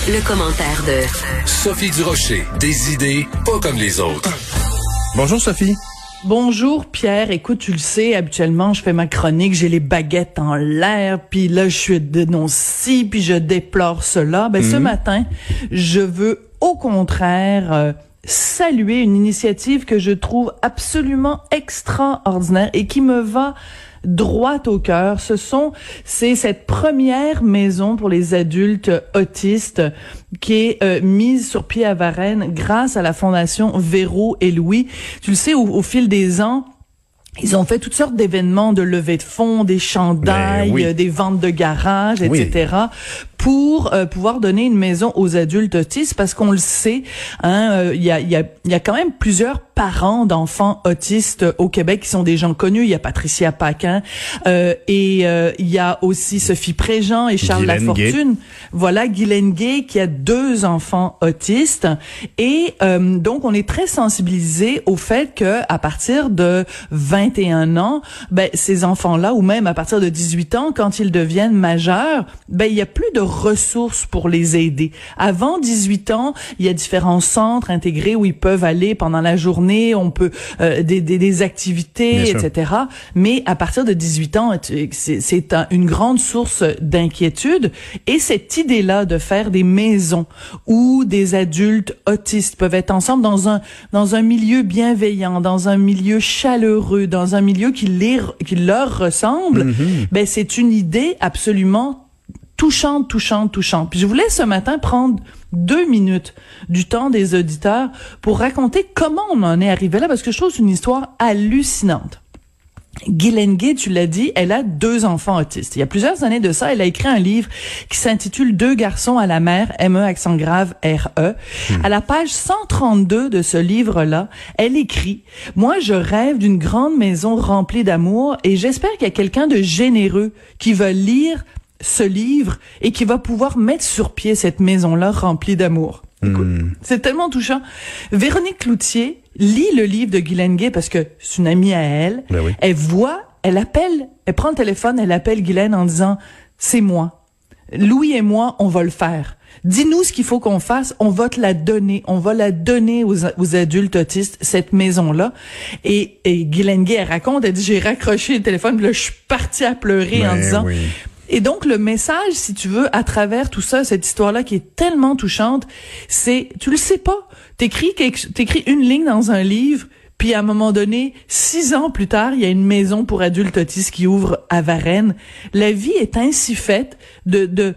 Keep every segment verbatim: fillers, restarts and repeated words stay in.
le commentaire de Sophie Durocher. Des idées pas comme les autres. Bonjour Sophie. Bonjour Pierre, écoute, tu le sais, habituellement je fais ma chronique, j'ai les baguettes en l'air, puis là je suis dénoncée, puis je déplore cela. Ben mm-hmm. Ce matin, je veux au contraire euh, saluer une initiative que je trouve absolument extraordinaire et qui me va droit au cœur. Ce sont, c'est cette première maison pour les adultes autistes qui est euh, mise sur pied à Varennes grâce à la Fondation Véro et Louis. Tu le sais, au, au fil des ans, ils ont fait toutes sortes d'événements de levée de fonds, des chandails, oui. euh, des ventes de garage, et cetera, oui. pour euh, pouvoir donner une maison aux adultes autistes, parce qu'on le sait, hein, euh, il y a, il y a, il y a quand même plusieurs parents d'enfants autistes au Québec qui sont des gens connus. Il y a Patricia Paquin, euh, et euh, il y a aussi Sophie Préjean et Charles Guylaine Lafortune. Gay. Voilà, Guylaine Gay qui a deux enfants autistes, et euh, donc on est très sensibilisé au fait que à partir de vingt et un ans, ben ces enfants-là, ou même à partir de dix-huit ans, quand ils deviennent majeurs, ben il y a plus de ressources pour les aider. Avant dix-huit ans, il y a différents centres intégrés où ils peuvent aller pendant la journée, on peut euh, des, des des activités, et cetera. Mais à partir de dix-huit ans, c'est c'est un, une grande source d'inquiétude, et cette idée-là de faire des maisons où des adultes autistes peuvent être ensemble dans un dans un milieu bienveillant, dans un milieu chaleureux, dans un milieu qui, les, qui leur ressemble, mm-hmm. ben c'est une idée absolument touchante, touchante, touchante. Puis je voulais ce matin prendre deux minutes du temps des auditeurs pour raconter comment on en est arrivé là, parce que je trouve que c'est une histoire hallucinante. Guylaine Gay, tu l'as dit, elle a deux enfants autistes. Il y a plusieurs années de ça, elle a écrit un livre qui s'intitule « Deux garçons à la mer », M E accent grave R E. Mmh. À la page cent trente-deux de ce livre-là, elle écrit « Moi, je rêve d'une grande maison remplie d'amour et j'espère qu'il y a quelqu'un de généreux qui va lire ce livre et qui va pouvoir mettre sur pied cette maison-là remplie d'amour. » Écoute, mmh. c'est tellement touchant. Véronique Cloutier lit le livre de Guylaine Gay parce que c'est une amie à elle. Ben oui. Elle voit, elle appelle, elle prend le téléphone, elle appelle Guylaine en disant « C'est moi. Louis et moi, on va le faire. Dis-nous ce qu'il faut qu'on fasse, on va te la donner. On va la donner aux, aux adultes autistes, cette maison-là. » Et, et Guylaine Gay, elle raconte, elle dit « J'ai raccroché le téléphone, puis là, je suis partie à pleurer ben en disant... Oui. » Et donc, le message, si tu veux, à travers tout ça, cette histoire-là qui est tellement touchante, c'est, tu le sais pas, t'écris quelque, t'écris une ligne dans un livre, puis à un moment donné, six ans plus tard, il y a une maison pour adultes autistes qui ouvre à Varennes. La vie est ainsi faite de, de,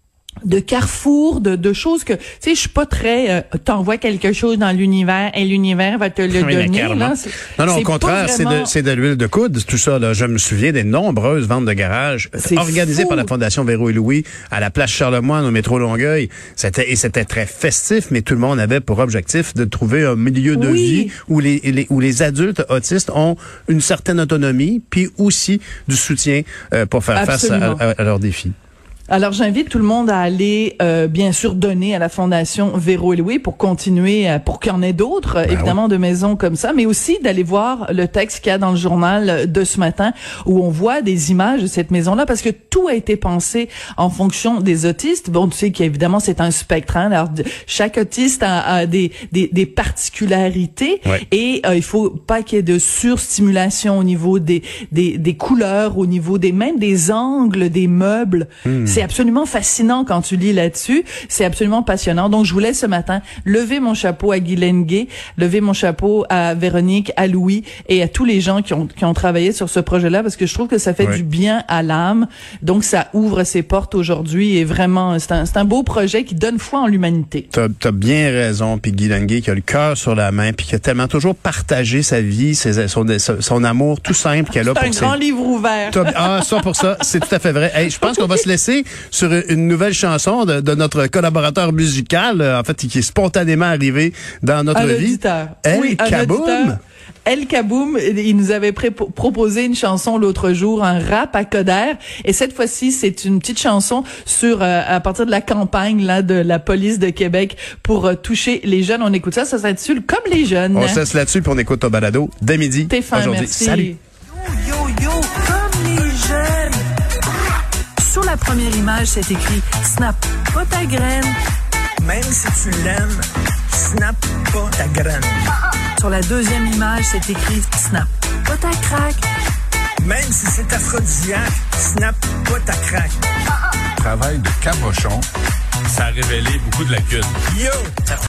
de carrefour, de, de choses que, tu sais, je suis pas très, euh, t'envoies quelque chose dans l'univers et l'univers va te le oui, donner. Là, non, non, au contraire, vraiment... c'est de, c'est de l'huile de coude, tout ça, là. Je me souviens des nombreuses ventes de garage organisées fou. par la Fondation Véro et Louis à la place Charlemagne, au métro Longueuil. C'était, et c'était très festif, mais tout le monde avait pour objectif de trouver un milieu de oui. vie où les, les, où les adultes autistes ont une certaine autonomie, puis aussi du soutien euh, pour faire Absolument. face à, à, à leurs défis. Alors, j'invite tout le monde à aller, euh, bien sûr, donner à la Fondation Véro et Louis pour continuer, euh, pour qu'il y en ait d'autres, ben évidemment, oui. de maisons comme ça, mais aussi d'aller voir le texte qu'il y a dans le journal de ce matin où on voit des images de cette maison-là, parce que tout a été pensé en fonction des autistes. Bon, tu sais qu'évidemment, c'est un spectre, hein. Alors, chaque autiste a, a des, des, des particularités oui. et euh, il faut pas qu'il y ait de surstimulation au niveau des, des, des couleurs, au niveau des, même des angles des meubles. Mmh. C'est absolument fascinant quand tu lis là-dessus. C'est absolument passionnant. Donc, je voulais ce matin lever mon chapeau à Guylaine Gay, lever mon chapeau à Véronique, à Louis et à tous les gens qui ont, qui ont travaillé sur ce projet-là, parce que je trouve que ça fait oui. du bien à l'âme. Donc, ça ouvre ses portes aujourd'hui et vraiment, c'est un, c'est un beau projet qui donne foi en l'humanité. T'as, t'as bien raison. Puis Guylaine Gay qui a le cœur sur la main, puis qui a tellement toujours partagé sa vie, ses, son, son amour tout simple qu'elle a pour C'est un ses... grand livre ouvert. T'as, ah, ça pour ça, c'est tout à fait vrai. Hey, je pense qu'on va se laisser sur une nouvelle chanson de, de notre collaborateur musical, en fait, qui est spontanément arrivé dans notre un vie. Auditeur. El oui, Kaboum. El Kaboum, il nous avait pré- proposé une chanson l'autre jour, un rap à Coderre, et cette fois-ci, c'est une petite chanson sur euh, à partir de la campagne là de la police de Québec pour euh, toucher les jeunes. On écoute ça, ça s'intitule Comme les jeunes. On se laisse là-dessus puis on écoute ton balado dès midi T'es fin, aujourd'hui. Merci. Salut. Yo, yo, yo, comme les jeunes. Sur la première image, c'est écrit « Snap pas ta graine ». Même si tu l'aimes, snap pas ta graine. Sur la deuxième image, c'est écrit snap pas ta craque. Même si c'est aphrodisiaque, snap pas ta craque. Le travail de Cabochon, ça a révélé beaucoup de lacunes. Yo!